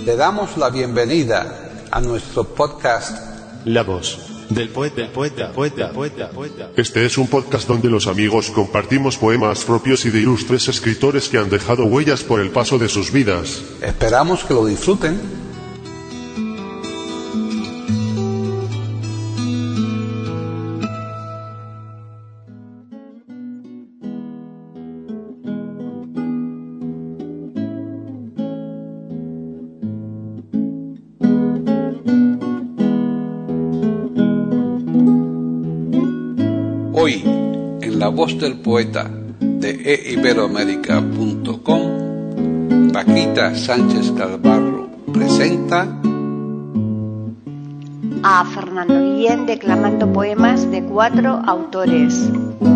Le damos la bienvenida a nuestro podcast La voz del poeta. Este es un podcast donde los amigos compartimos poemas propios y de ilustres escritores que han dejado huellas por el paso de sus vidas. Esperamos que lo disfruten. Hoy, en La Voz del Poeta de eiberoamerica.com, Paquita Sánchez Galvarro presenta a Fernando Guillén declamando poemas de 4 autores.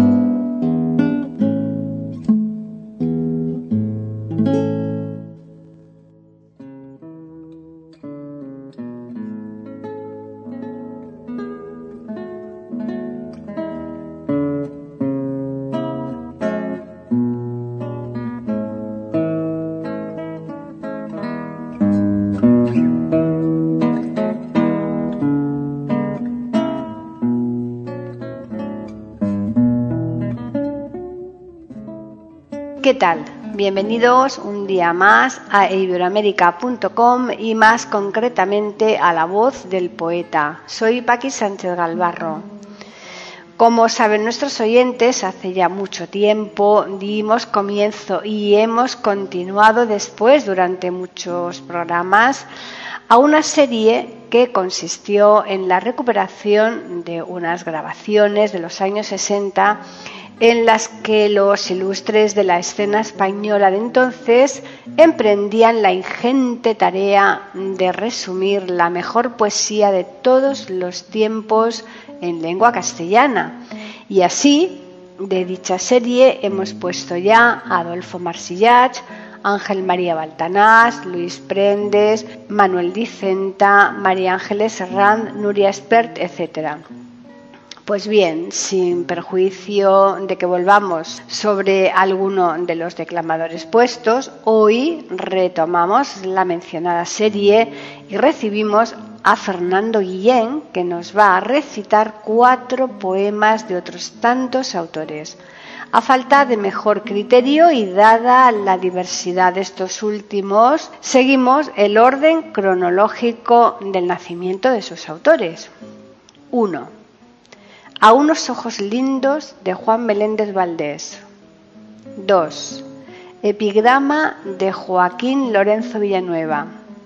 ¿Qué tal? Bienvenidos un día más a eiberoamerica.com y más concretamente a La Voz del Poeta. Soy Paqui Sánchez Galvarro. Como saben nuestros oyentes, hace ya mucho tiempo dimos comienzo y hemos continuado después durante muchos programas a una serie que consistió en la recuperación de unas grabaciones de los años 60 en las que los ilustres de la escena española de entonces emprendían la ingente tarea de resumir la mejor poesía de todos los tiempos en lengua castellana. Y así, de dicha serie hemos puesto ya a Adolfo Marsillach, Ángel María Baltanás, Luis Prendes, Manuel Dicenta, María Ángeles Serrán, Nuria Espert, etc. Pues bien, sin perjuicio de que volvamos sobre alguno de los declamadores puestos, hoy retomamos la mencionada serie y recibimos a Fernando Guillén, que nos va a recitar 4 poemas de otros tantos autores. A falta de mejor criterio y dada la diversidad de estos últimos, seguimos el orden cronológico del nacimiento de sus autores. 1. A unos ojos lindos, de Juan Meléndez Valdés. 2. Epigrama, de Joaquín Lorenzo Villanueva.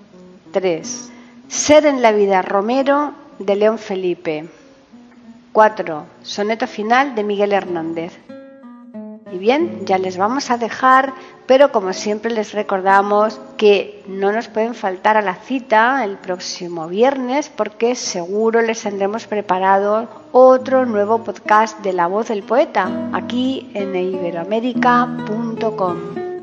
3. Ser en la vida Romero, de León Felipe. 4. Soneto final, de Miguel Hernández. Y bien, ya les vamos a dejar, pero como siempre les recordamos que no nos pueden faltar a la cita el próximo viernes porque seguro les tendremos preparado otro nuevo podcast de La Voz del Poeta aquí en eiberoamerica.com.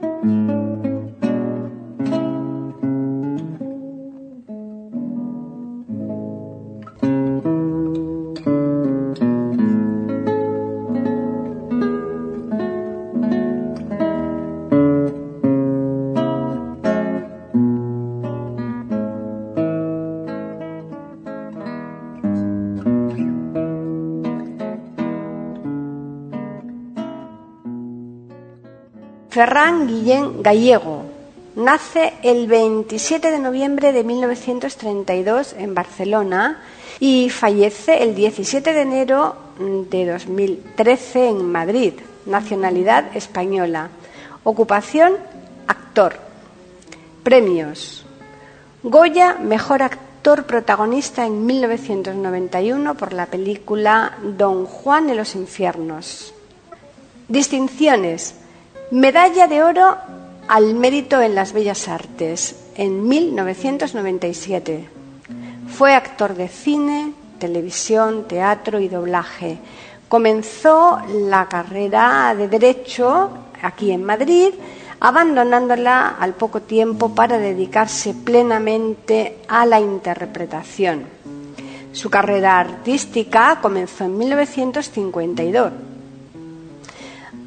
Ferran Guillén Gallego nace el 27 de noviembre de 1932 en Barcelona y fallece el 17 de enero de 2013 en Madrid. Nacionalidad española. Ocupación, actor. Premios. Goya, mejor actor protagonista en 1991 por la película Don Juan en los infiernos. Distinciones. Medalla de oro al mérito en las bellas artes en 1997. Fue actor de cine, televisión, teatro y doblaje. Comenzó la carrera de Derecho aquí en Madrid, abandonándola al poco tiempo para dedicarse plenamente a la interpretación. Su carrera artística comenzó en 1952.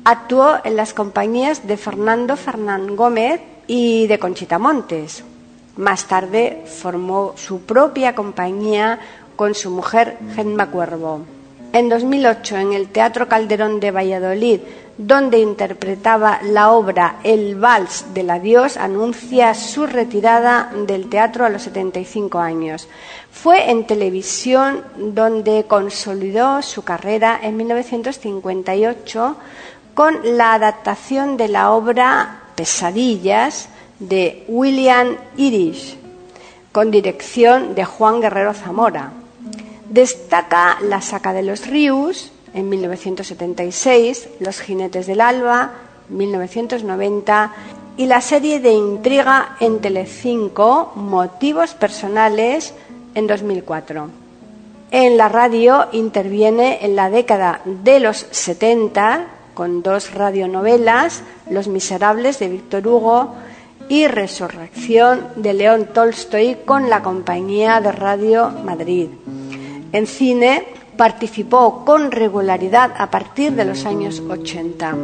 Actuó en las compañías de Fernando Fernán Gómez y de Conchita Montes. Más tarde formó su propia compañía con su mujer Gemma Cuervo. En 2008, en el Teatro Calderón de Valladolid, donde interpretaba la obra El Vals del Adiós, anuncia su retirada del teatro a los 75 años. Fue en televisión donde consolidó su carrera en 1958 con la adaptación de la obra Pesadillas de William Irish, con dirección de Juan Guerrero Zamora. Destaca La Saca de los Ríos, en 1976, Los Jinetes del Alba, 1990, y la serie de intriga en Telecinco, Motivos Personales, en 2004. En la radio interviene en la década de los 70 con 2 radionovelas, Los Miserables de Víctor Hugo y Resurrección de León Tolstoy, con la Compañía de Radio Madrid. En cine participó con regularidad a partir de los años 80.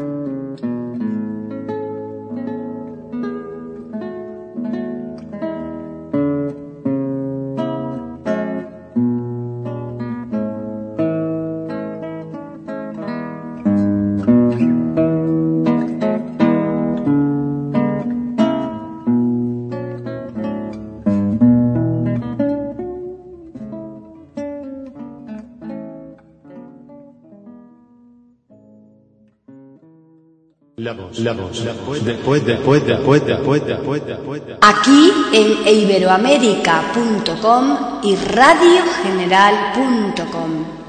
La voz del poeta. Aquí en iberoamerica.com y radiogeneral.com.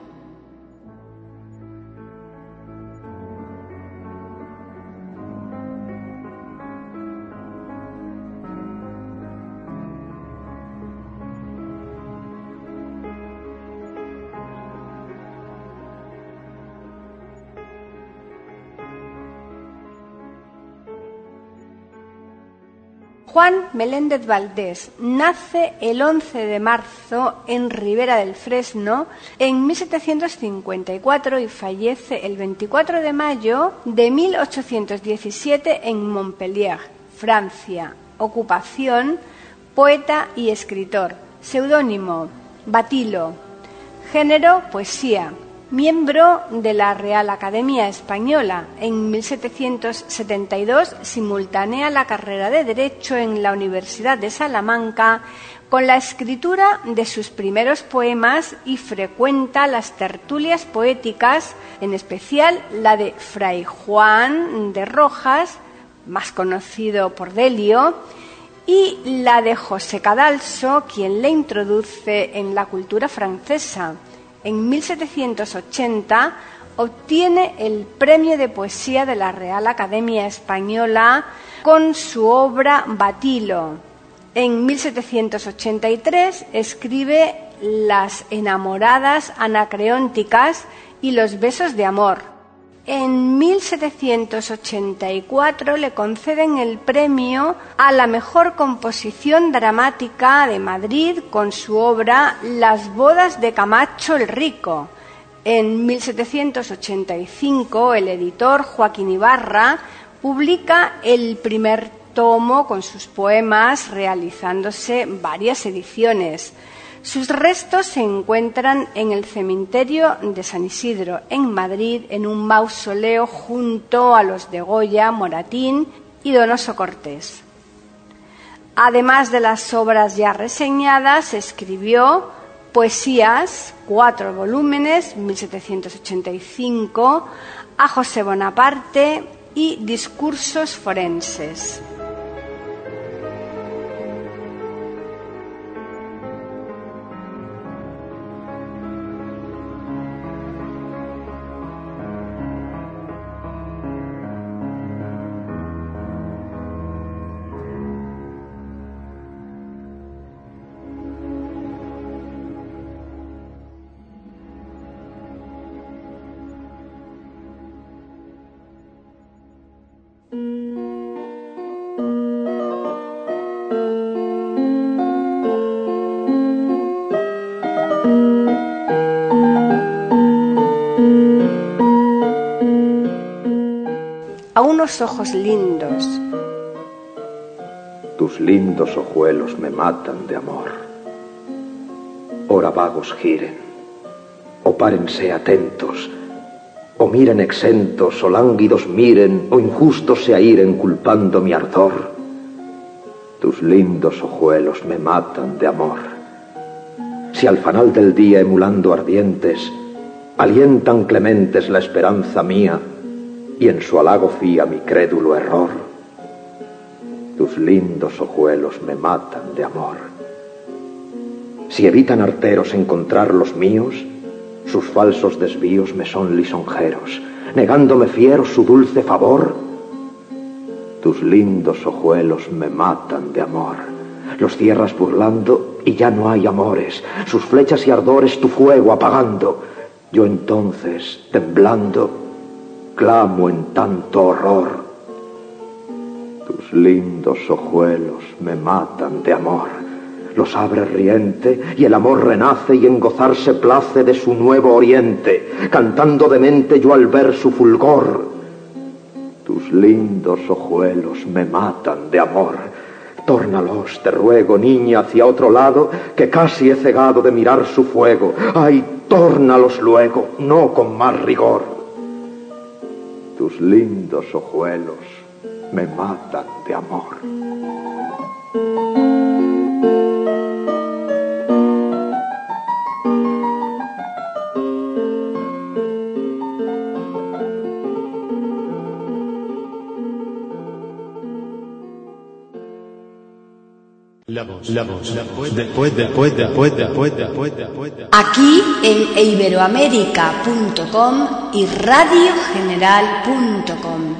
Juan Meléndez Valdés nace el 11 de marzo en Ribera del Fresno en 1754 y fallece el 24 de mayo de 1817 en Montpellier, Francia. Ocupación: poeta y escritor. Seudónimo: Batilo. Género: poesía. Miembro de la Real Academia Española. En 1772 simultánea la carrera de Derecho en la Universidad de Salamanca con la escritura de sus primeros poemas y frecuenta las tertulias poéticas, en especial la de Fray Juan de Rojas, más conocido por Delio, y la de José Cadalso, quien le introduce en la cultura francesa. En 1780 obtiene el Premio de Poesía de la Real Academia Española con su obra Batilo. En 1783 escribe Las enamoradas anacreónticas y Los besos de amor. En 1784 le conceden el premio a la mejor composición dramática de Madrid con su obra Las bodas de Camacho el Rico. En 1785 el editor Joaquín Ibarra publica el primer tomo con sus poemas, realizándose varias ediciones. Sus restos se encuentran en el cementerio de San Isidro, en Madrid, en un mausoleo junto a los de Goya, Moratín y Donoso Cortés. Además de las obras ya reseñadas, escribió poesías, 4 volúmenes, 1785, a José Bonaparte y discursos forenses. A unos ojos lindos. Tu Tus lindos ojuelos me matan de amor. Ora vagos giren, o párense atentos, o miren exentos, o lánguidos miren, o injustos se airen culpando mi ardor. Tus lindos ojuelos me matan de amor. Si al fanal del día emulando ardientes, alientan clementes la esperanza mía, y en su halago fía mi crédulo error, tus lindos ojuelos me matan de amor. Si evitan arteros encontrar los míos, sus falsos desvíos me son lisonjeros, negándome fieros su dulce favor, tus lindos ojuelos me matan de amor. Los cierras burlando y ya no hay amores, sus flechas y ardores tu fuego apagando. Yo entonces, temblando, clamo en tanto horror. Tus lindos ojuelos me matan de amor. Los abre riente y el amor renace y en gozarse place de su nuevo oriente, cantando demente yo al ver su fulgor. Tus lindos ojuelos me matan de amor. Tórnalos, te ruego, niña, hacia otro lado, que casi he cegado de mirar su fuego. Ay, tórnalos luego, no con más rigor. Tus lindos ojuelos me matan de amor. Aquí en iberoamerica.com y radiogeneral.com.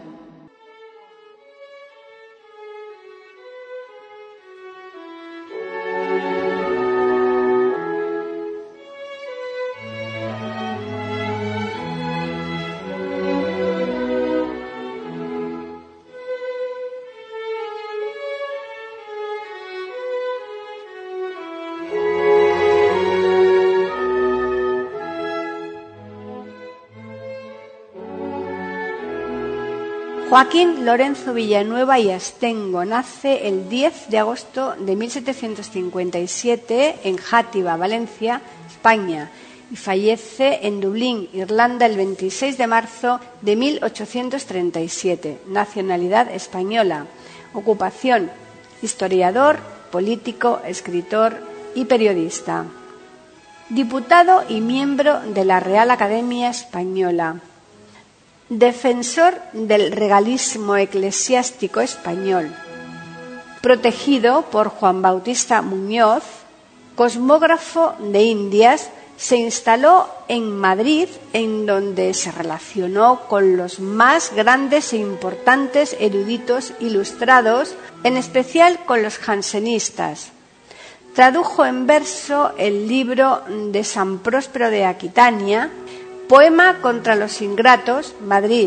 Joaquín Lorenzo Villanueva y Astengo nace el 10 de agosto de 1757 en Játiva, Valencia, España, y fallece en Dublín, Irlanda, el 26 de marzo de 1837. Nacionalidad española. Ocupación: historiador, político, escritor y periodista. Diputado y miembro de la Real Academia Española. Defensor del regalismo eclesiástico español, protegido por Juan Bautista Muñoz, cosmógrafo de Indias, se instaló en Madrid, en donde se relacionó con los más grandes e importantes eruditos ilustrados, en especial con los jansenistas. Tradujo en verso el libro de San Próspero de Aquitania, Poema contra los ingratos, Madrid,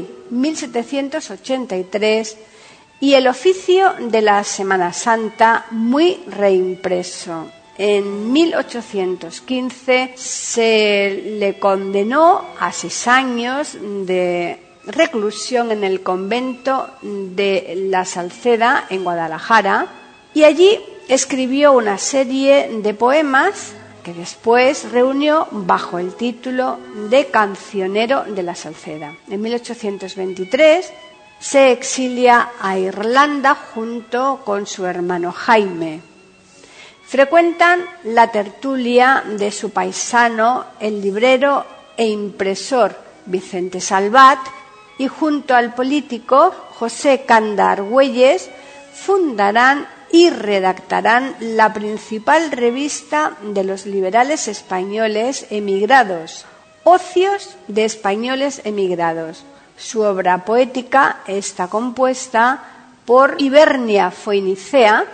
1783, y el oficio de la Semana Santa, muy reimpreso. En 1815 se le condenó a 6 años de reclusión en el convento de la Salceda, en Guadalajara, y allí escribió una serie de poemas que después reunió bajo el título de Cancionero de la Salceda. En 1823 se exilia a Irlanda junto con su hermano Jaime. Frecuentan la tertulia de su paisano, el librero e impresor Vicente Salvat, y junto al político José Canda Argüelles fundarán y redactarán la principal revista de los liberales españoles emigrados, Ocios de Españoles Emigrados. Su obra poética está compuesta por Hibernia Foinicea,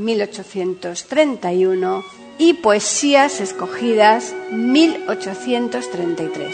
1831, y Poesías Escogidas, 1833.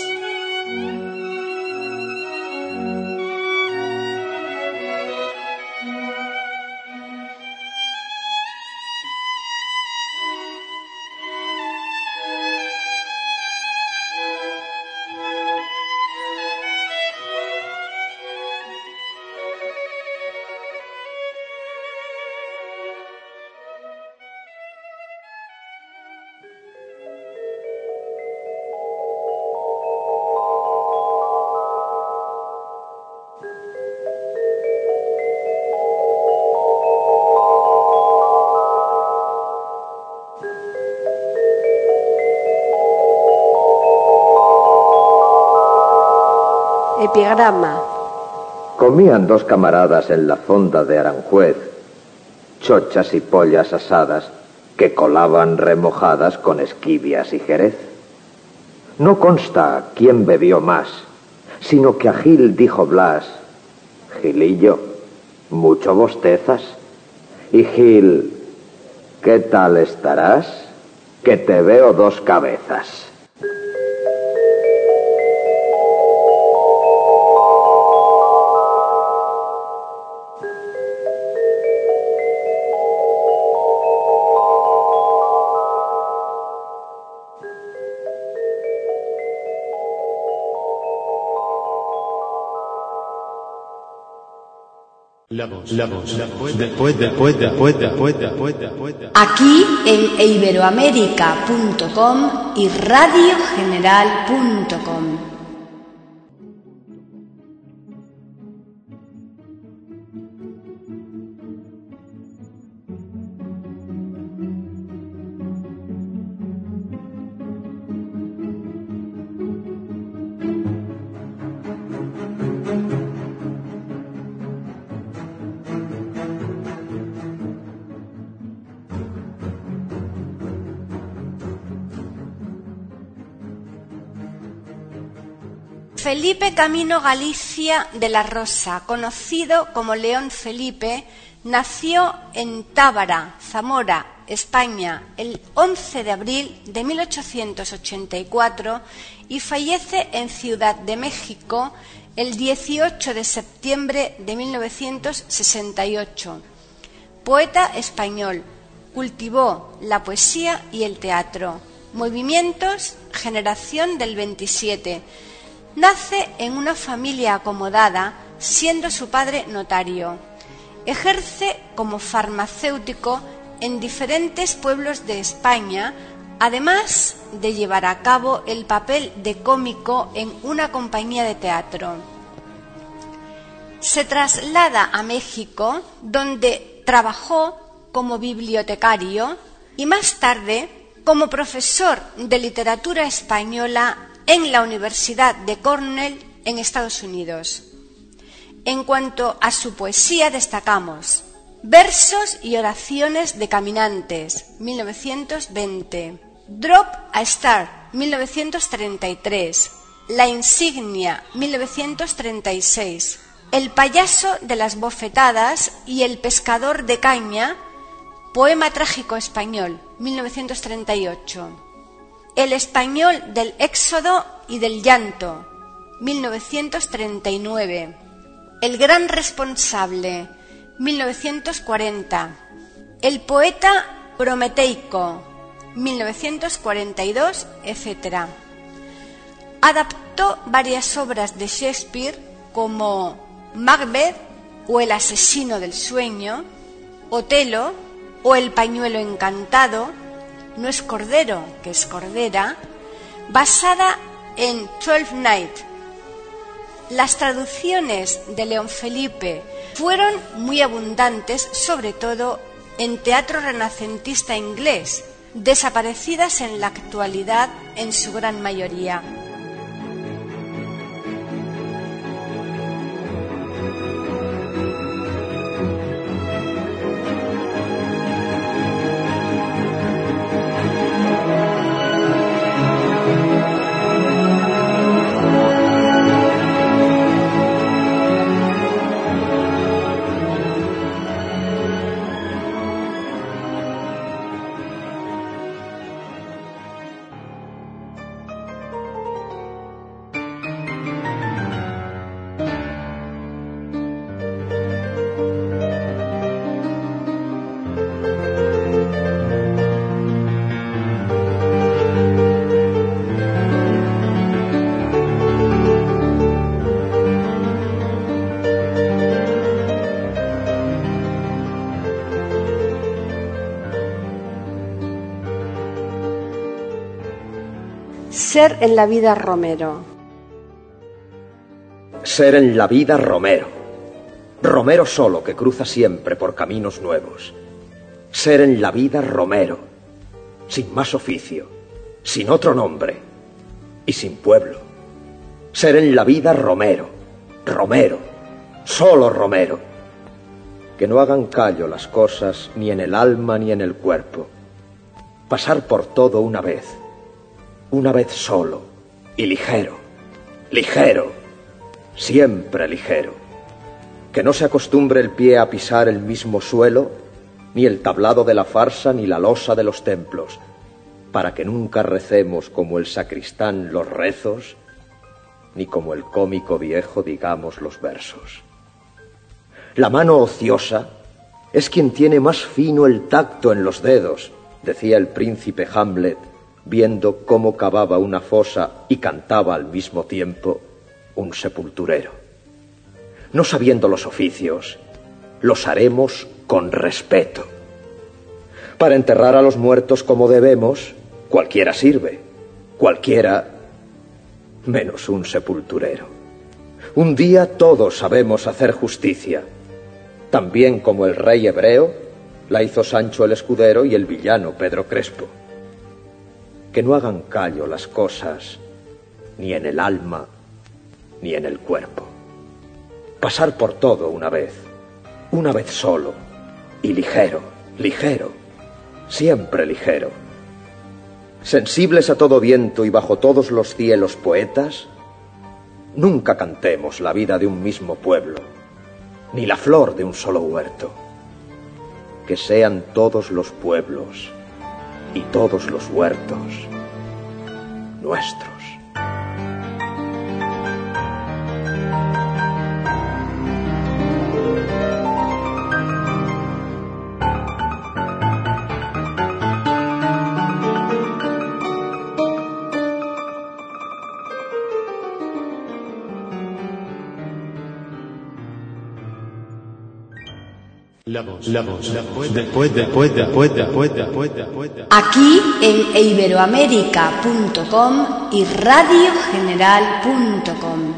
Epigrama. Comían dos camaradas en la fonda de Aranjuez chochas y pollas asadas que colaban remojadas con esquivias y jerez. No consta quién bebió más, sino que a Gil dijo Blas: Gilillo, mucho bostezas. Y Gil: ¿qué tal estarás? Que te veo dos cabezas. Aquí en iberoamerica.com y radiogeneral.com. Felipe Camino Galicia de la Rosa, conocido como León Felipe, nació en Tábara, Zamora, España, el 11 de abril de 1884 y fallece en Ciudad de México el 18 de septiembre de 1968. Poeta español, cultivó la poesía y el teatro. Movimientos, generación del 27. Nace en una familia acomodada, siendo su padre notario. Ejerce como farmacéutico en diferentes pueblos de España, además de llevar a cabo el papel de cómico en una compañía de teatro. Se traslada a México, donde trabajó como bibliotecario y más tarde como profesor de literatura española en la Universidad de Cornell, en Estados Unidos. En cuanto a su poesía destacamos Versos y oraciones de caminantes, 1920, Drop a Star, 1933, La insignia, 1936, El payaso de las bofetadas y El pescador de caña, Poema trágico español, 1938. El español del éxodo y del llanto, 1939. El gran responsable, 1940. El poeta prometeico, 1942, etc. Adaptó varias obras de Shakespeare como Macbeth o El asesino del sueño, Otelo o El pañuelo encantado, No es cordero, que es cordera, basada en Twelfth Night. Las traducciones de León Felipe fueron muy abundantes, sobre todo en teatro renacentista inglés, desaparecidas en la actualidad en su gran mayoría. Ser en la vida Romero. Ser en la vida Romero. Romero solo que cruza siempre por caminos nuevos. Ser en la vida Romero, sin más oficio, sin otro nombre y sin pueblo. Ser en la vida Romero, Romero, solo Romero. Que no hagan callo las cosas ni en el alma ni en el cuerpo. Pasar por todo una vez solo y ligero, ligero, siempre ligero. Que no se acostumbre el pie a pisar el mismo suelo, ni el tablado de la farsa ni la losa de los templos, para que nunca recemos como el sacristán los rezos, ni como el cómico viejo digamos los versos. La mano ociosa es quien tiene más fino el tacto en los dedos, decía el príncipe Hamlet, viendo cómo cavaba una fosa y cantaba al mismo tiempo un sepulturero. No sabiendo los oficios, los haremos con respeto. Para enterrar a los muertos como debemos, cualquiera sirve, cualquiera menos un sepulturero. Un día todos sabemos hacer justicia, también como el rey hebreo la hizo Sancho el Escudero y el villano Pedro Crespo. Que no hagan callo las cosas, ni en el alma, ni en el cuerpo. Pasar por todo una vez solo, y ligero, ligero, siempre ligero. Sensibles a todo viento y bajo todos los cielos poetas, nunca cantemos la vida de un mismo pueblo, ni la flor de un solo huerto. Que sean todos los pueblos y todos los huertos nuestros. Aquí en iberoamerica.com y radiogeneral.com.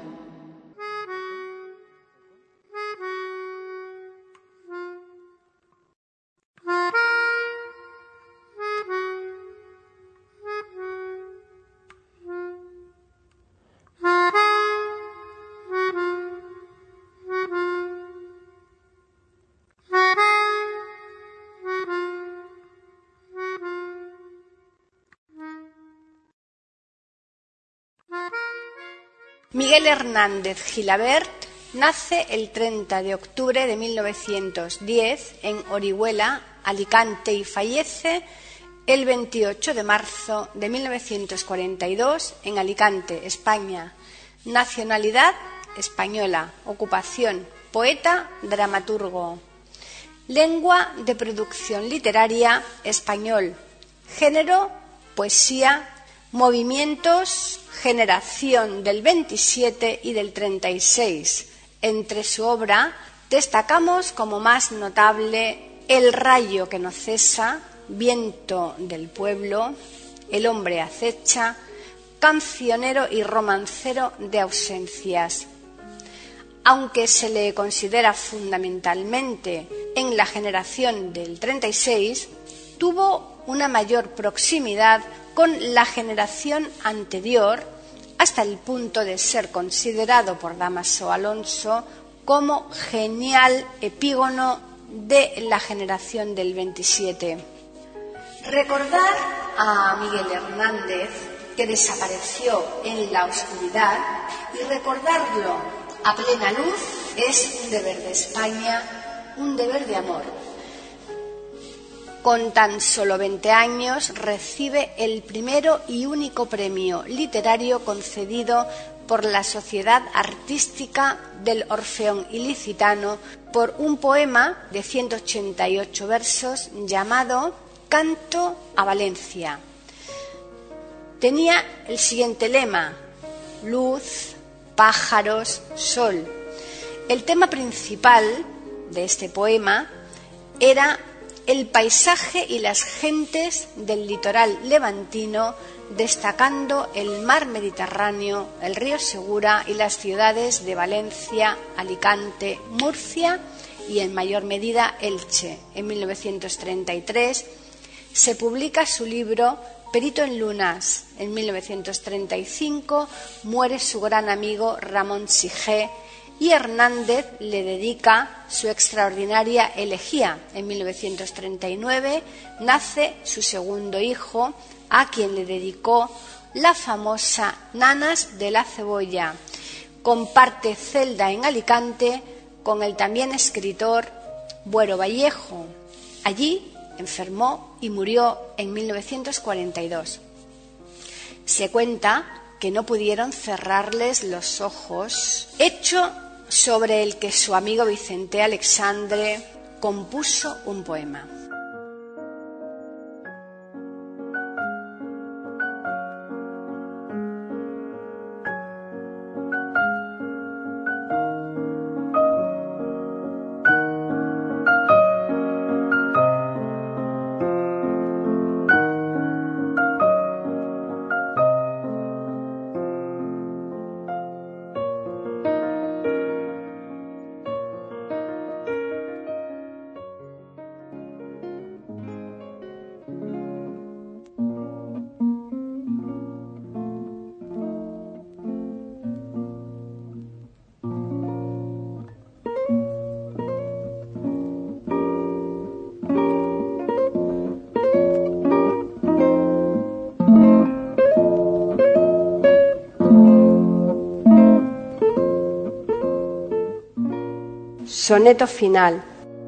Miguel Hernández Gilabert nace el 30 de octubre de 1910 en Orihuela, Alicante, y fallece el 28 de marzo de 1942 en Alicante, España. Nacionalidad española. Ocupación poeta, dramaturgo. Lengua de producción literaria español. Género poesía. Movimientos, generación del 27 y del 36. Entre su obra destacamos como más notable El rayo que no cesa, Viento del pueblo, El hombre acecha, Cancionero y romancero de ausencias. Aunque se le considera fundamentalmente en la generación del 36, tuvo una mayor proximidad con la generación anterior, hasta el punto de ser considerado por Dámaso Alonso como genial epígono de la generación del 27. Recordar a Miguel Hernández, que desapareció en la oscuridad, y recordarlo a plena luz es un deber de España, un deber de amor. Con tan solo 20 años recibe el primero y único premio literario concedido por la Sociedad Artística del Orfeón Ilicitano por un poema de 188 versos llamado Canto a Valencia. Tenía el siguiente lema: luz, pájaros, sol. El tema principal de este poema era el paisaje y las gentes del litoral levantino, destacando el mar Mediterráneo, el río Segura y las ciudades de Valencia, Alicante, Murcia y en mayor medida Elche. En 1933 se publica su libro Perito en lunas, en 1935, muere su gran amigo Ramón Sige y Hernández le dedica su extraordinaria elegía. En 1939 nace su segundo hijo, a quien le dedicó la famosa Nanas de la Cebolla. Comparte celda en Alicante con el también escritor Buero Vallejo. Allí enfermó y murió en 1942. Se cuenta que no pudieron cerrarles los ojos, hecho sobre el que su amigo Vicente Alexandre compuso un poema. Soneto final.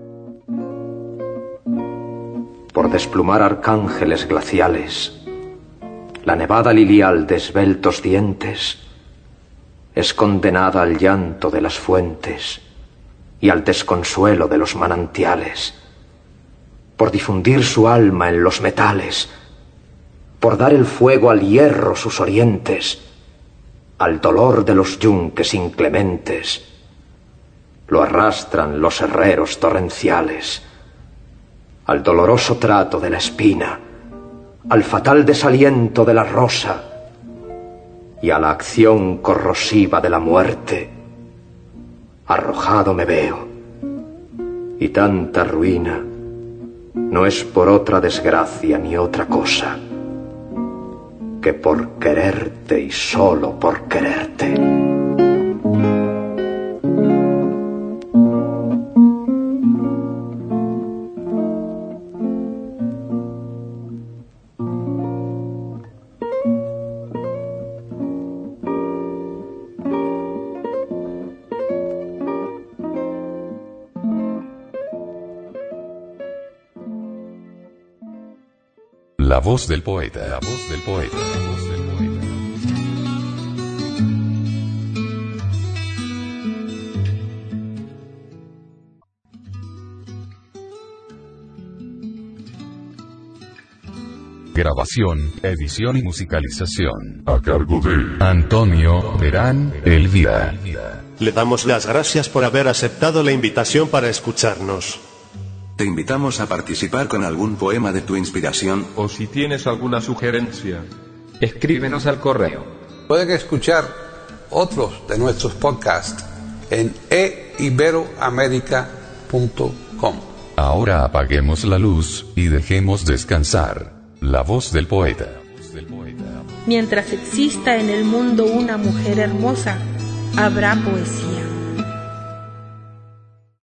Por desplumar arcángeles glaciales, la nevada lilial de esbeltos dientes es condenada al llanto de las fuentes y al desconsuelo de los manantiales, por difundir su alma en los metales, por dar el fuego al hierro sus orientes, al dolor de los yunques inclementes, lo arrastran los herreros torrenciales, al doloroso trato de la espina, al fatal desaliento de la rosa y a la acción corrosiva de la muerte. Arrojado me veo, y tanta ruina no es por otra desgracia ni otra cosa que por quererte y solo por quererte. La voz del poeta. La voz del poeta. La voz del poeta. Grabación, edición y musicalización A cargo de Antonio Terán Elvira. Le damos las gracias por haber aceptado la invitación para escucharnos. Te invitamos a participar con algún poema de tu inspiración. O si tienes alguna sugerencia, escríbenos al correo. Pueden escuchar otros de nuestros podcasts en eiberoamerica.com. Ahora apaguemos la luz y dejemos descansar la voz del poeta. Mientras exista en el mundo una mujer hermosa, habrá poesía.